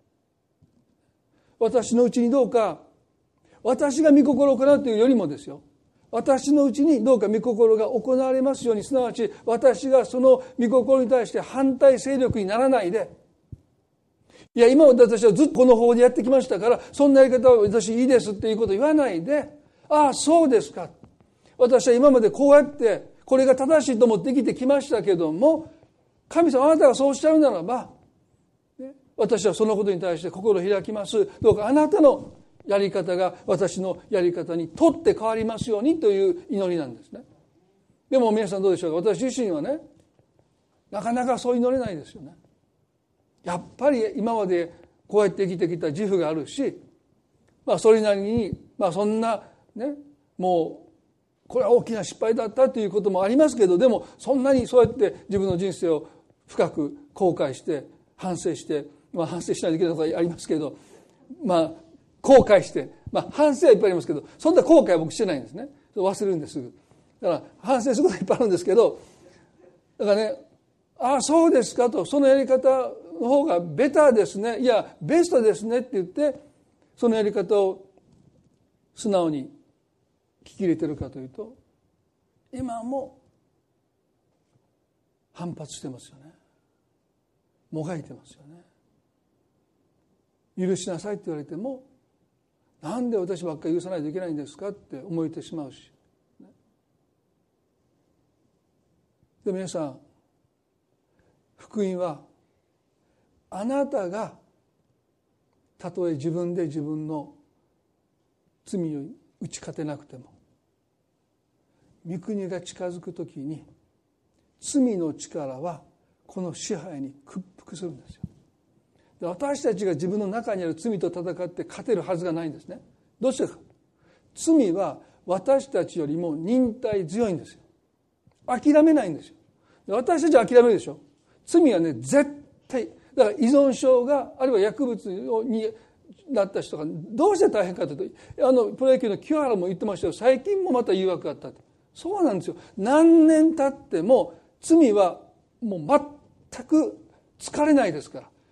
私のうちにどうか、私が御心を行うというよりもですよ、私のうちにどうか御心が行われますように、すなわち私がその御心に対して反対勢力にならないで、いや今まで私はずっとこの方法でやってきましたからそんなやり方は私いいですっていうことを言わないで、ああそうですか、私は今までこうやってこれが正しいと思って生きてきましたけども、神様あなたがそうおっしゃるならば、私はそのことに対して心を開きます。どうかあなたのやり方が私のやり方にとって変わりますようにという祈りなんですね。でも皆さんどうでしょうか。私自身はね、なかなかそう祈れないですよね。やっぱり今までこうやって生きてきた自負があるし、それなりにそんなね、もうこれは大きな失敗だったということもありますけど、でもそんなにそうやって自分の人生を深く後悔して反省して、反省しないといけないことがありますけど、後悔して、反省はいっぱいありますけど、そんな後悔は僕してないんですね。忘れるんですぐ。だから反省することいっぱいあるんですけど、だからね、ああそうですかと、そのやり方の方がベターですね、いやベストですねって言ってそのやり方を素直に聞き入れてるかというと、今も反発してますよね。もがいてますよね。許しなさいって言われても、なんで私ばっかり許さないといけないんですかって思えてしまうし、で皆さん、福音はあなたがたとえ自分で自分の罪を打ち勝てなくても、御国が近づくときに罪の力はこの支配に屈服するんですよ。で私たちが自分の中にある罪と戦って勝てるはずがないんですね。どうしてか。罪は私たちよりも忍耐強いんですよ。諦めないんですよ。で私たちは諦めるでしょ。罪はね、絶対だから依存症があるいは薬物になった人がどうして大変かというと、プロ野球の清原も言ってましたよ。最近もまた誘惑があったと。そうなんですよ。何年経っても罪はもう全く疲れないですから。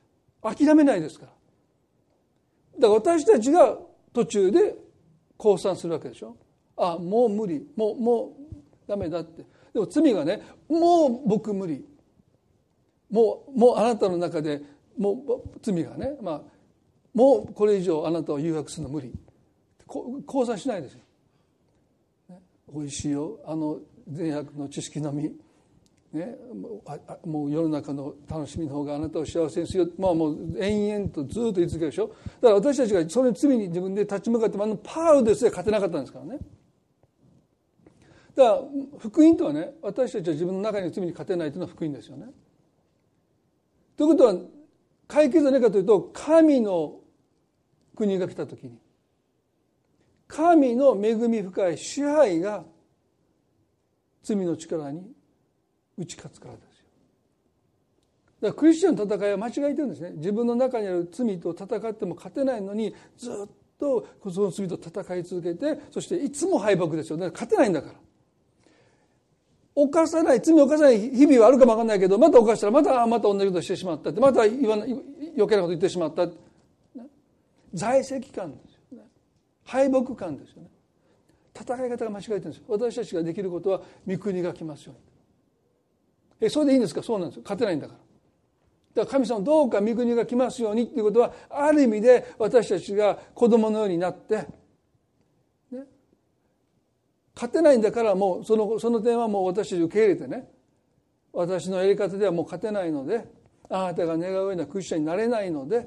諦めないですから。だから私たちが途中で降参するわけでしょ。もう無理、もうダメだって。でも罪がね、もう僕無理、もうあなたの中でもう罪がね、もうこれ以上あなたを誘惑するの無理、降参しないですよ。おいしいよ、善悪の知識のみ、ね、もう世の中の楽しみの方があなたを幸せにするよ、もう延々とずっと言い続けるでしょ。だから私たちがその罪に自分で立ち向かってパウロですら勝てなかったんですからね。だから福音とはね、私たちは自分の中に罪に勝てないというのは福音ですよね。ということは解決は何かというと、神の国が来たときに神の恵み深い支配が罪の力に打ち勝つからですよ。だからクリスチャンの戦いは間違えてるんですね。自分の中にある罪と戦っても勝てないのに、ずっとその罪と戦い続けて、そしていつも敗北ですよ。だから勝てないんだから。罪を犯さない日々はあるかもわかんないけど、また犯したらまた同じことをしてしまったって、また余計なこと言ってしまったって、在籍感ですよね。敗北感ですよね。戦い方が間違えてるんですよ。私たちができることは、御国が来ますように。それでいいんですか？そうなんですよ。勝てないんだから。だから神様どうか御国が来ますようにっていうことは、ある意味で私たちが子供のようになって、勝てないんだからもうその点はもう私たち受け入れてね、私のやり方ではもう勝てないので、あなたが願うようなクリスチャンになれないので、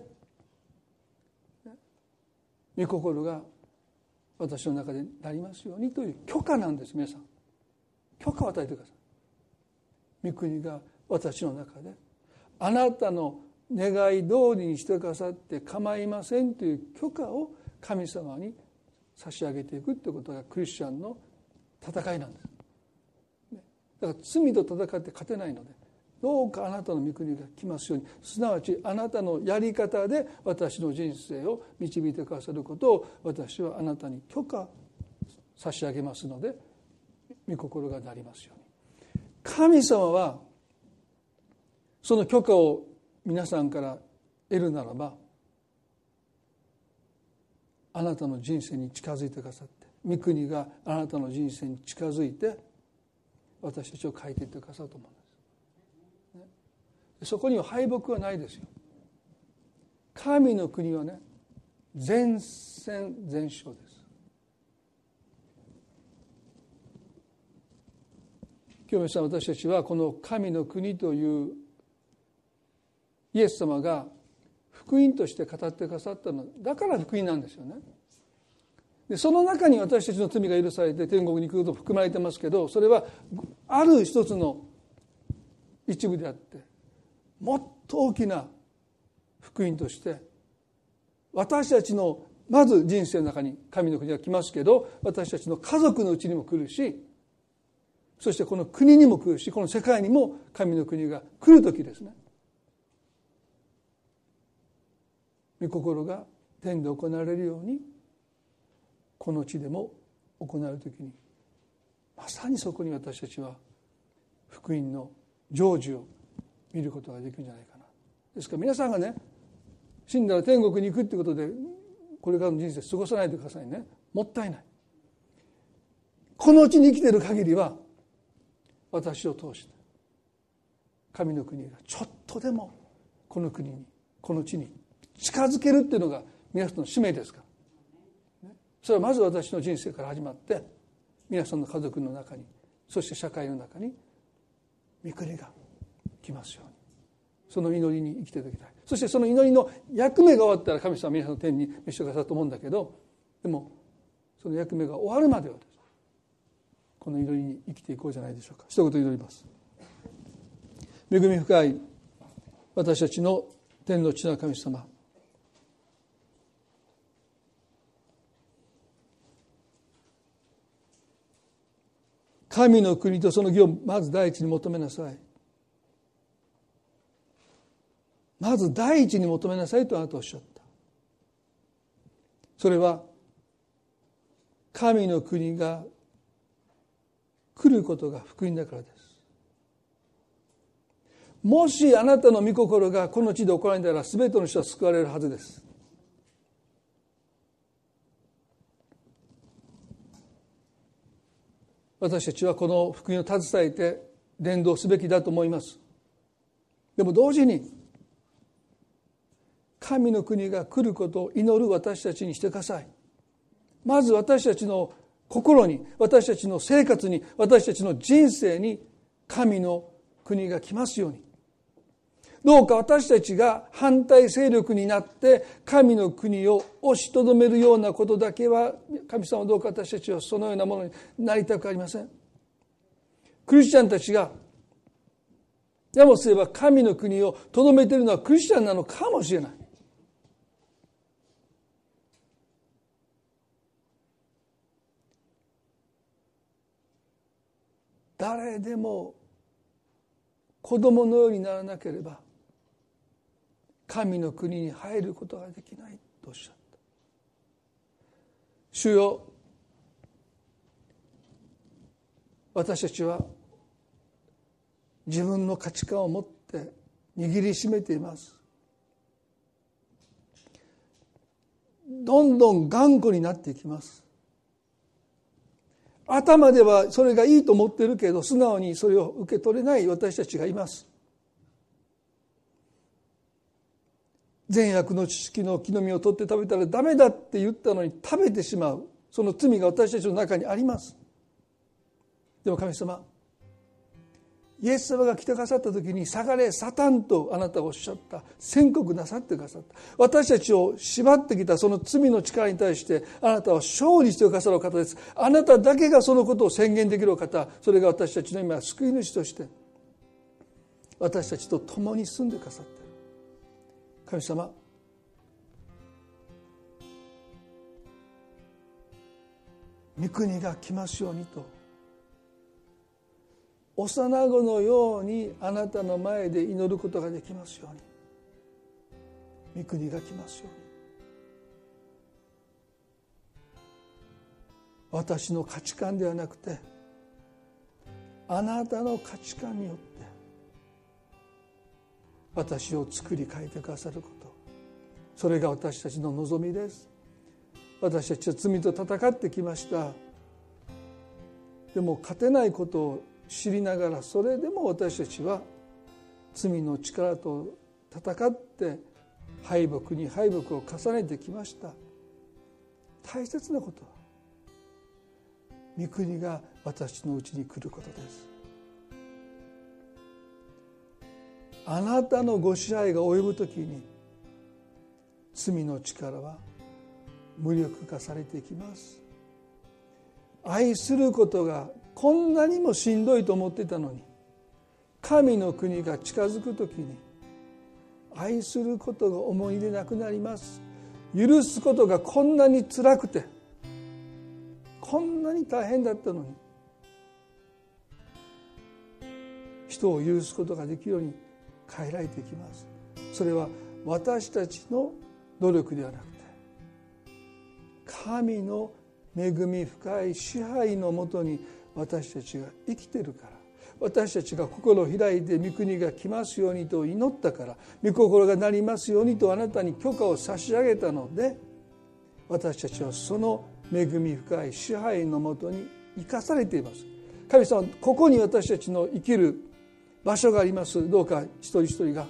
御心が私の中でなりますようにという許可なんです。皆さん許可を与えてください。御国が私の中であなたの願い通りにしてくださって構いませんという許可を神様に差し上げていくということがクリスチャンの戦いなんです。だから罪と戦って勝てないので、どうかあなたの御国が来ますように、すなわちあなたのやり方で私の人生を導いてくださることを私はあなたに許可差し上げますので、御心がなりますように。神様はその許可を皆さんから得るならば、あなたの人生に近づいてくださって、御国があなたの人生に近づいて私たちを変えていってくださると思うんです。そこには敗北はないですよ。神の国はね、全戦全勝です。今日皆さん、私たちはこの神の国というイエス様が福音として語ってくださったのだから福音なんですよね。でその中に私たちの罪が許されて天国に行くことも含まれてますけど、それはある一つの一部であって、もっと大きな福音として私たちのまず人生の中に神の国が来ますけど、私たちの家族のうちにも来るし、そしてこの国にも来るし、この世界にも神の国が来る時ですね。御心が天で行われるようにこの地でも行われるときに、まさにそこに私たちは福音の成就を見ることができるんじゃないかな。ですから皆さんがね、死んだら天国に行くってことでこれからの人生過ごさないでくださいね。もったいない。この地に生きている限りは、私を通して神の国がちょっとでもこの国に、この地に近づけるっていうのが皆さんの使命ですから。それはまず私の人生から始まって、皆さんの家族の中に、そして社会の中に御国が来ますように、その祈りに生きていただきたい。そしてその祈りの役目が終わったら神様は皆さんの天に召してくださると思うんだけど、でもその役目が終わるまではですね、この祈りに生きていこうじゃないでしょうか。一言祈ります。恵み深い私たちの天の地の神様、神の国とその義をまず第一に求めなさい。まず第一に求めなさいとあなたはおっしゃった。それは神の国が来ることが福音だからです。 もしあなたの御心がこの地で行われたら、すべての人は救われるはずです。私たちはこの福音を携えて伝道すべきだと思います。でも同時に神の国が来ることを祈る私たちにしてください。まず私たちの心に、私たちの生活に、私たちの人生に神の国が来ますように。どうか私たちが反対勢力になって神の国を押しとどめるようなことだけは、神様どうか私たちはそのようなものになりたくありません。クリスチャンたちがやもすれば神の国をとどめているのはクリスチャンなのかもしれない。誰でも子供のようにならなければ神の国に入ることができないとおっしゃった。主よ、私たちは自分の価値観を持って握りしめています。どんどん頑固になっていきます。頭ではそれがいいと思っているけど、素直にそれを受け取れない私たちがいます。善悪の知識の木の実を取って食べたらダメだって言ったのに食べてしまう、その罪が私たちの中にあります。でも神様、イエス様が来てくださった時に、下がれサタンとあなたがおっしゃった、宣告なさってくださった。私たちを縛ってきたその罪の力に対してあなたは勝利してくださる方です。あなただけがそのことを宣言できる方、それが私たちの今救い主として私たちと共に住んでくださっている。神様、御国が来ますようにと、幼子のようにあなたの前で祈ることができますように。御国が来ますように。私の価値観ではなくて、あなたの価値観によって私を作り変えてくださること、それが私たちの望みです。私たちは罪と戦ってきました。でも勝てないことを知りながら、それでも私たちは罪の力と戦って敗北に敗北を重ねてきました。大切なことは御国が私のうちに来ることです。あなたのご支配が及ぶときに、罪の力は無力化されていきます。愛することがこんなにもしんどいと思っていたのに、神の国が近づくときに愛することが思い出なくなります。許すことがこんなに辛くて、こんなに大変だったのに、人を許すことができるように変えられていきます。それは私たちの努力ではなくて、神の恵み深い支配のもとに私たちが生きているから、私たちが心を開いて御国が来ますようにと祈ったから、御心がなりますようにとあなたに許可を差し上げたので、私たちはその恵み深い支配のもとに生かされています。神様、ここに私たちの生きる場所があります。どうか一人一人が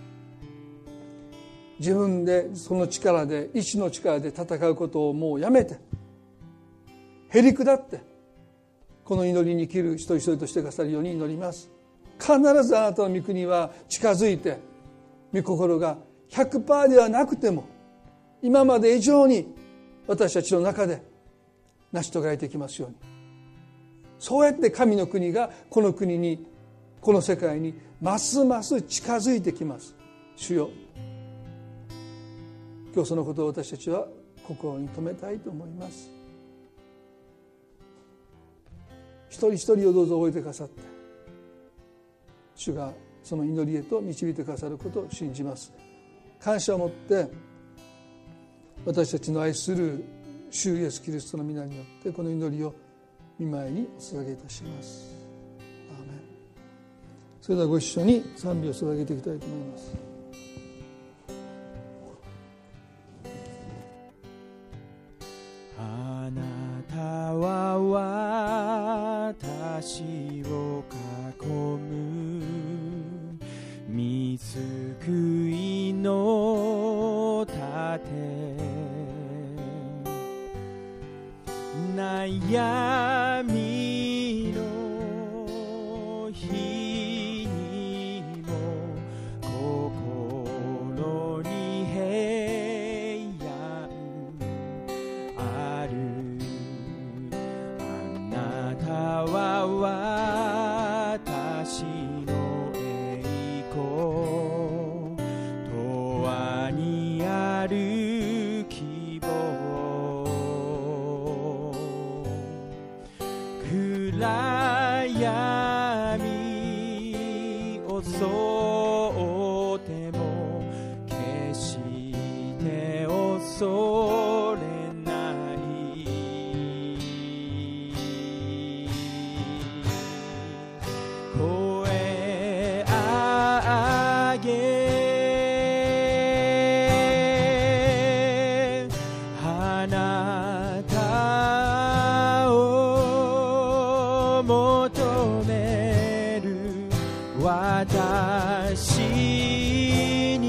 自分でその力で、意志の力で戦うことをもうやめて、へり下ってこの祈りに生きる一人一人としてくださるように祈ります。必ずあなたの御国は近づいて、御心が 100% ではなくても今まで以上に私たちの中で成し遂げられていきますように。そうやって神の国がこの国に、この世界にますます近づいてきます。主よ、今日そのことを私たちは心に留めたいと思います。一人一人をどうぞ覚えてくださって、主がその祈りへと導いてくださることを信じます。感謝を持って私たちの愛する主イエスキリストの皆によってこの祈りを御前にお捧げいたします。アーメン。 それではご一緒に賛美を捧げていきたいと思います。 あなたは私を囲む御救いの盾、悩みの日にも心に平安ある。あなたは私の栄光、永遠にある希望、暗闇を襲っても決して恐れない。声上げあなたを求める私に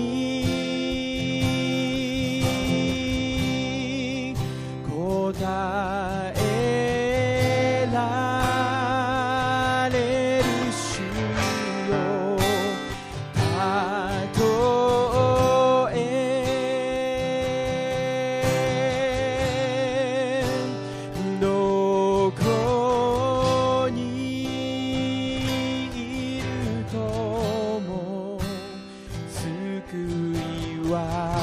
答えられる主よ。たとえどこにいるとも救いは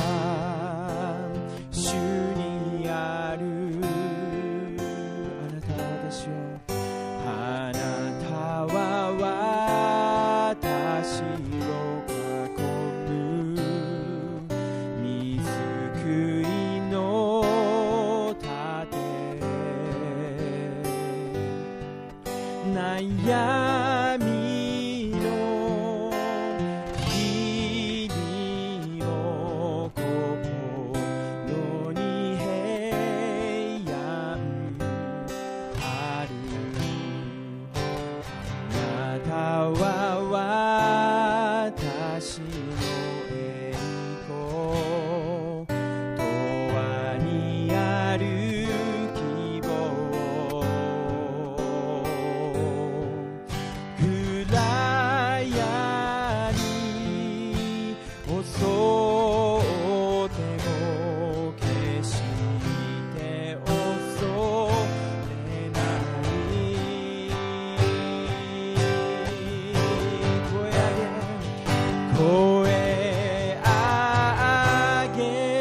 主にある。あなたは私を、あなたは私を囲む御救いの盾、悩みの日にも心に平安ある。あなたは私の栄光、永遠にある希望、暗闇襲っても決して恐れない。声上げ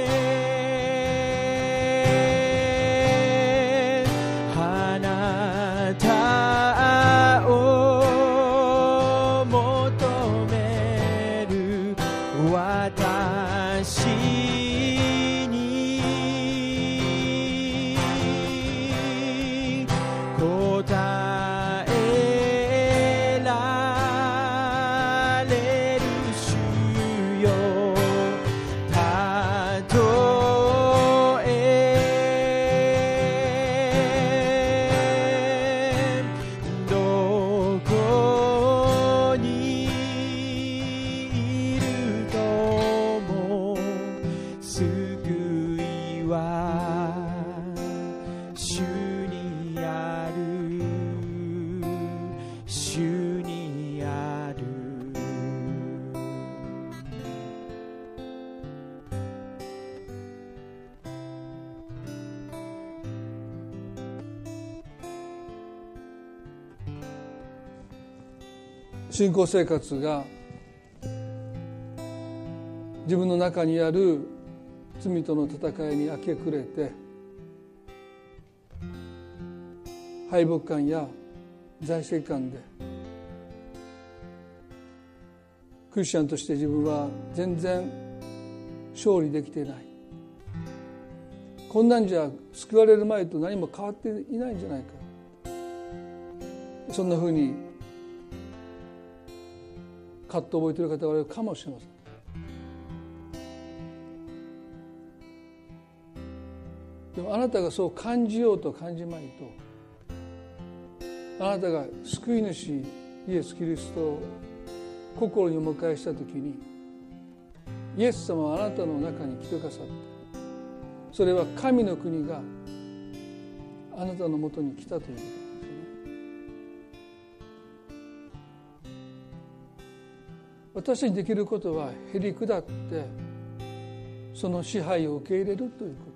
あなたを求める私に答えられる主よ。たとえどこにいるとも救いは主にある、主にある。 信仰生活が自分の中にある罪との戦いに明け暮れて、敗北感や在籍感でクリスチャンとして自分は全然勝利できていない、こんなんじゃ救われる前と何も変わっていないんじゃないか、そんなふうに葛藤を覚えている方がいるかもしれません。でもあなたがそう感じようと感じまいと、あなたが救い主イエス・キリストを心にお迎えしたときに、イエス様はあなたの中に来てくださった。それは神の国があなたのもとに来たということですよね。私にできることはへり下ってその支配を受け入れるということ。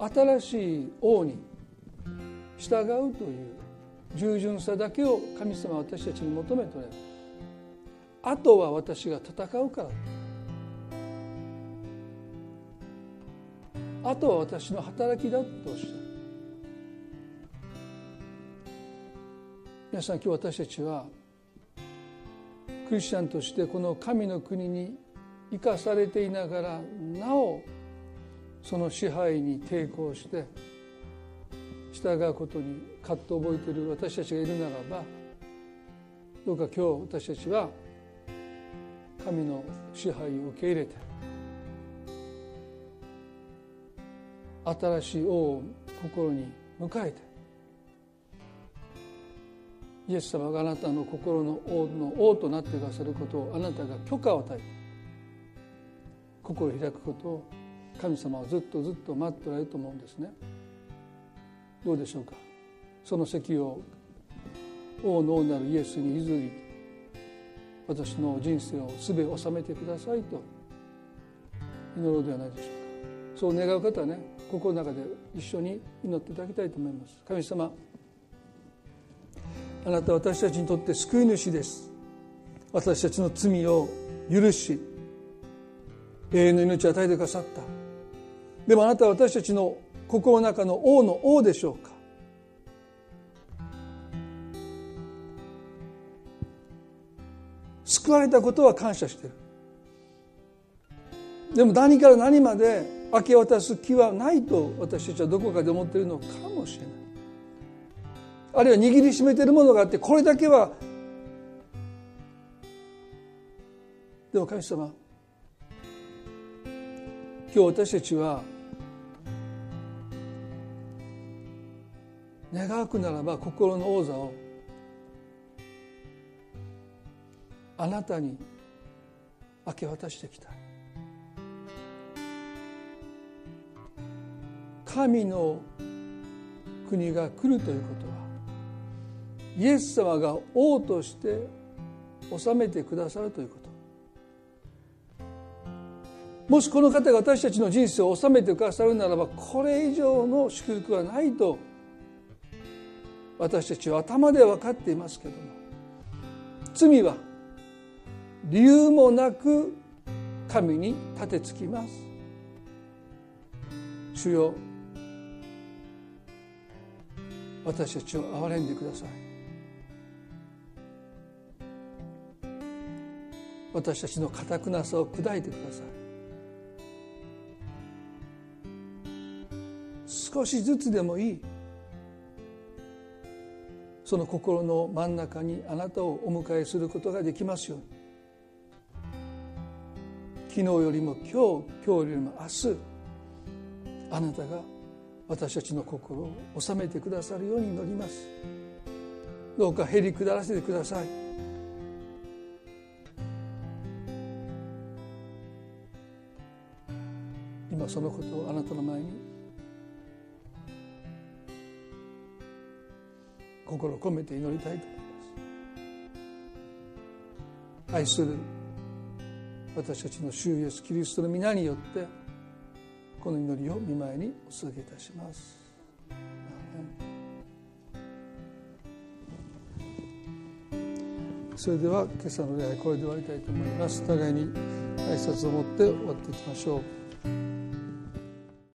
新しい王に従うという従順さだけを神様は私たちに求めておられる。あとは私が戦うから、あとは私の働きだとおっしゃる。皆さん、今日私たちはクリスチャンとしてこの神の国に生かされていながら、なおその支配に抵抗して従うことに葛藤を覚えている私たちがいるならば、どうか今日私たちは神の支配を受け入れて、新しい王を心に迎えて、イエス様があなたの心の王となってくださることをあなたが許可を与えて、心を開くことを神様はずっとずっと待っておられると思うんですね。どうでしょうか。その席を王の王なるイエスに譲り、私の人生をすべて収めてくださいと祈ろうではないでしょうか。そう願う方はね、心の中で一緒に祈っていただきたいと思います。神様、あなたは私たちにとって救い主です。私たちの罪を許し、永遠の命を与えてくださった。でもあなたは私たちの心の中の王の王でしょうか。救われたことは感謝している。でも何から何まで明け渡す気はないと私たちはどこかで思っているのかもしれない。あるいは握りしめているものがあって、これだけは。でも神様、今日私たちは願わくならば心の王座をあなたに明け渡してきた。神の国が来るということは、イエス様が王として治めてくださるということ。もしこの方が私たちの人生を治めてくださるならば、これ以上の祝福はないと私たちは頭で分かっていますけれども、罪は理由もなく神に立てつきます。主よ、私たちを憐れんでください。私たちの堅くなさを砕いてください。少しずつでもいい、その心の真ん中にあなたをお迎えすることができますように。昨日よりも今日よりも明日、あなたが私たちの心を収めてくださるように祈ります。どうかへり下らせてください。今そのことをあなたの前に心を込めて祈りたいと思います。愛する私たちの主イエスキリストの皆によってこの祈りを御前にお捧げいたします。それでは今朝の礼拝これで終わりたいと思います。互いに挨拶を持って終わっていきましょう。